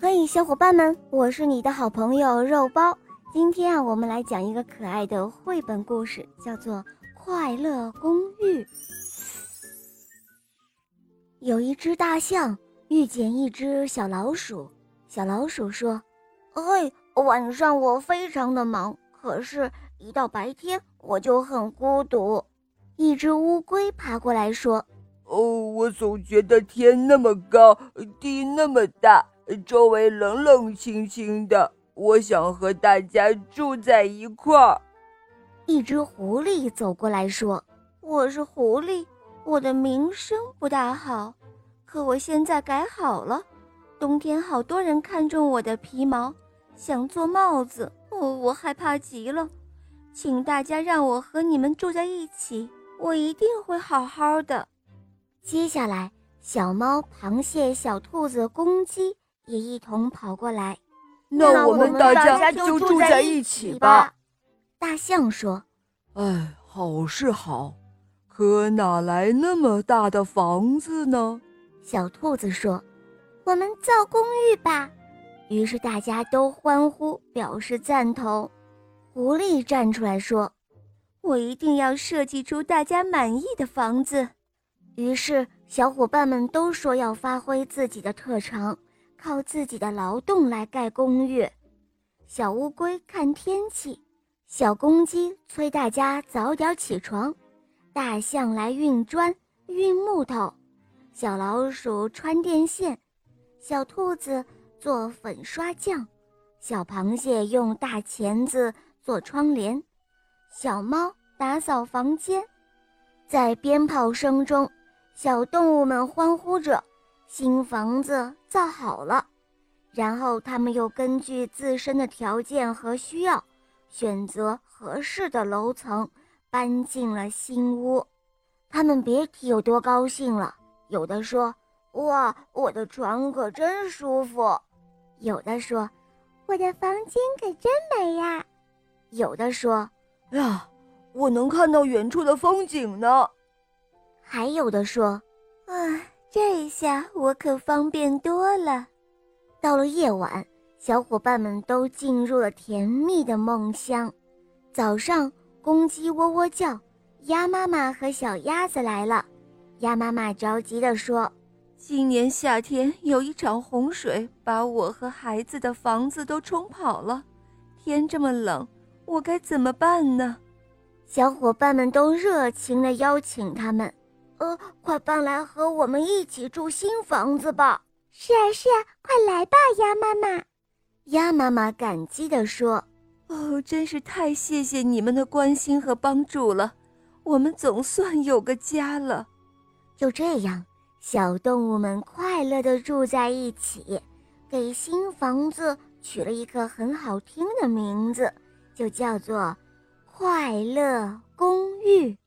嘿，小伙伴们，我是你的好朋友肉包。今天我们来讲一个可爱的绘本故事，叫做《快乐公寓》。有一只大象遇见一只小老鼠，小老鼠说：“嘿，晚上我非常的忙，可是一到白天我就很孤独。”一只乌龟爬过来说：“ 我总觉得天那么高，地那么大，周围冷冷清清的，我想和大家住在一块儿。” 一只狐狸走过来说：“我是狐狸，我的名声不大好，可我现在改好了。冬天好多人看中我的皮毛，想做帽子，我害怕极了。请大家让我和你们住在一起，我一定会好好的。”接下来，小猫、螃蟹、小兔子、公鸡也一同跑过来。 那我们大家就住在一起吧。 大象说：“ 哎，好是好，可哪来那么大的房子呢？” 小兔子说：“我们造公寓吧。”于是大家都欢呼，表示赞同。狐狸站出来说：“我一定要设计出大家满意的房子。”于是小伙伴们都说要发挥自己的特长，靠自己的劳动来盖公寓。小乌龟看天气，小公鸡催大家早点起床，大象来运砖运木头，小老鼠穿电线，小兔子做粉刷匠，小螃蟹用大钳子做窗帘，小猫打扫房间。在鞭炮声中，小动物们欢呼着，新房子造好了。然后他们又根据自身的条件和需要，选择合适的楼层，搬进了新屋。他们别提有多高兴了，有的说：“哇，我的床可真舒服。”有的说：“我的房间可真美呀。”有的说：“ 呀，我能看到远处的风景呢。” 还有的说：“这下我可方便多了。”到了夜晚，小伙伴们都进入了甜蜜的梦乡。早上，公鸡喔喔叫，鸭妈妈和小鸭子来了。鸭妈妈着急地说：“ 今年夏天有一场洪水，把我和孩子的房子都冲跑了。天这么冷，我该怎么办呢？” 小伙伴们都热情地邀请他们：“快搬来和我们一起住新房子吧！”“是啊，是啊，快来吧，鸭妈妈！”鸭妈妈感激地说：“ 真是太谢谢你们的关心和帮助了，我们总算有个家了。” 就这样，小动物们快乐地住在一起，给新房子取了一个很好听的名字，就叫做快乐公寓。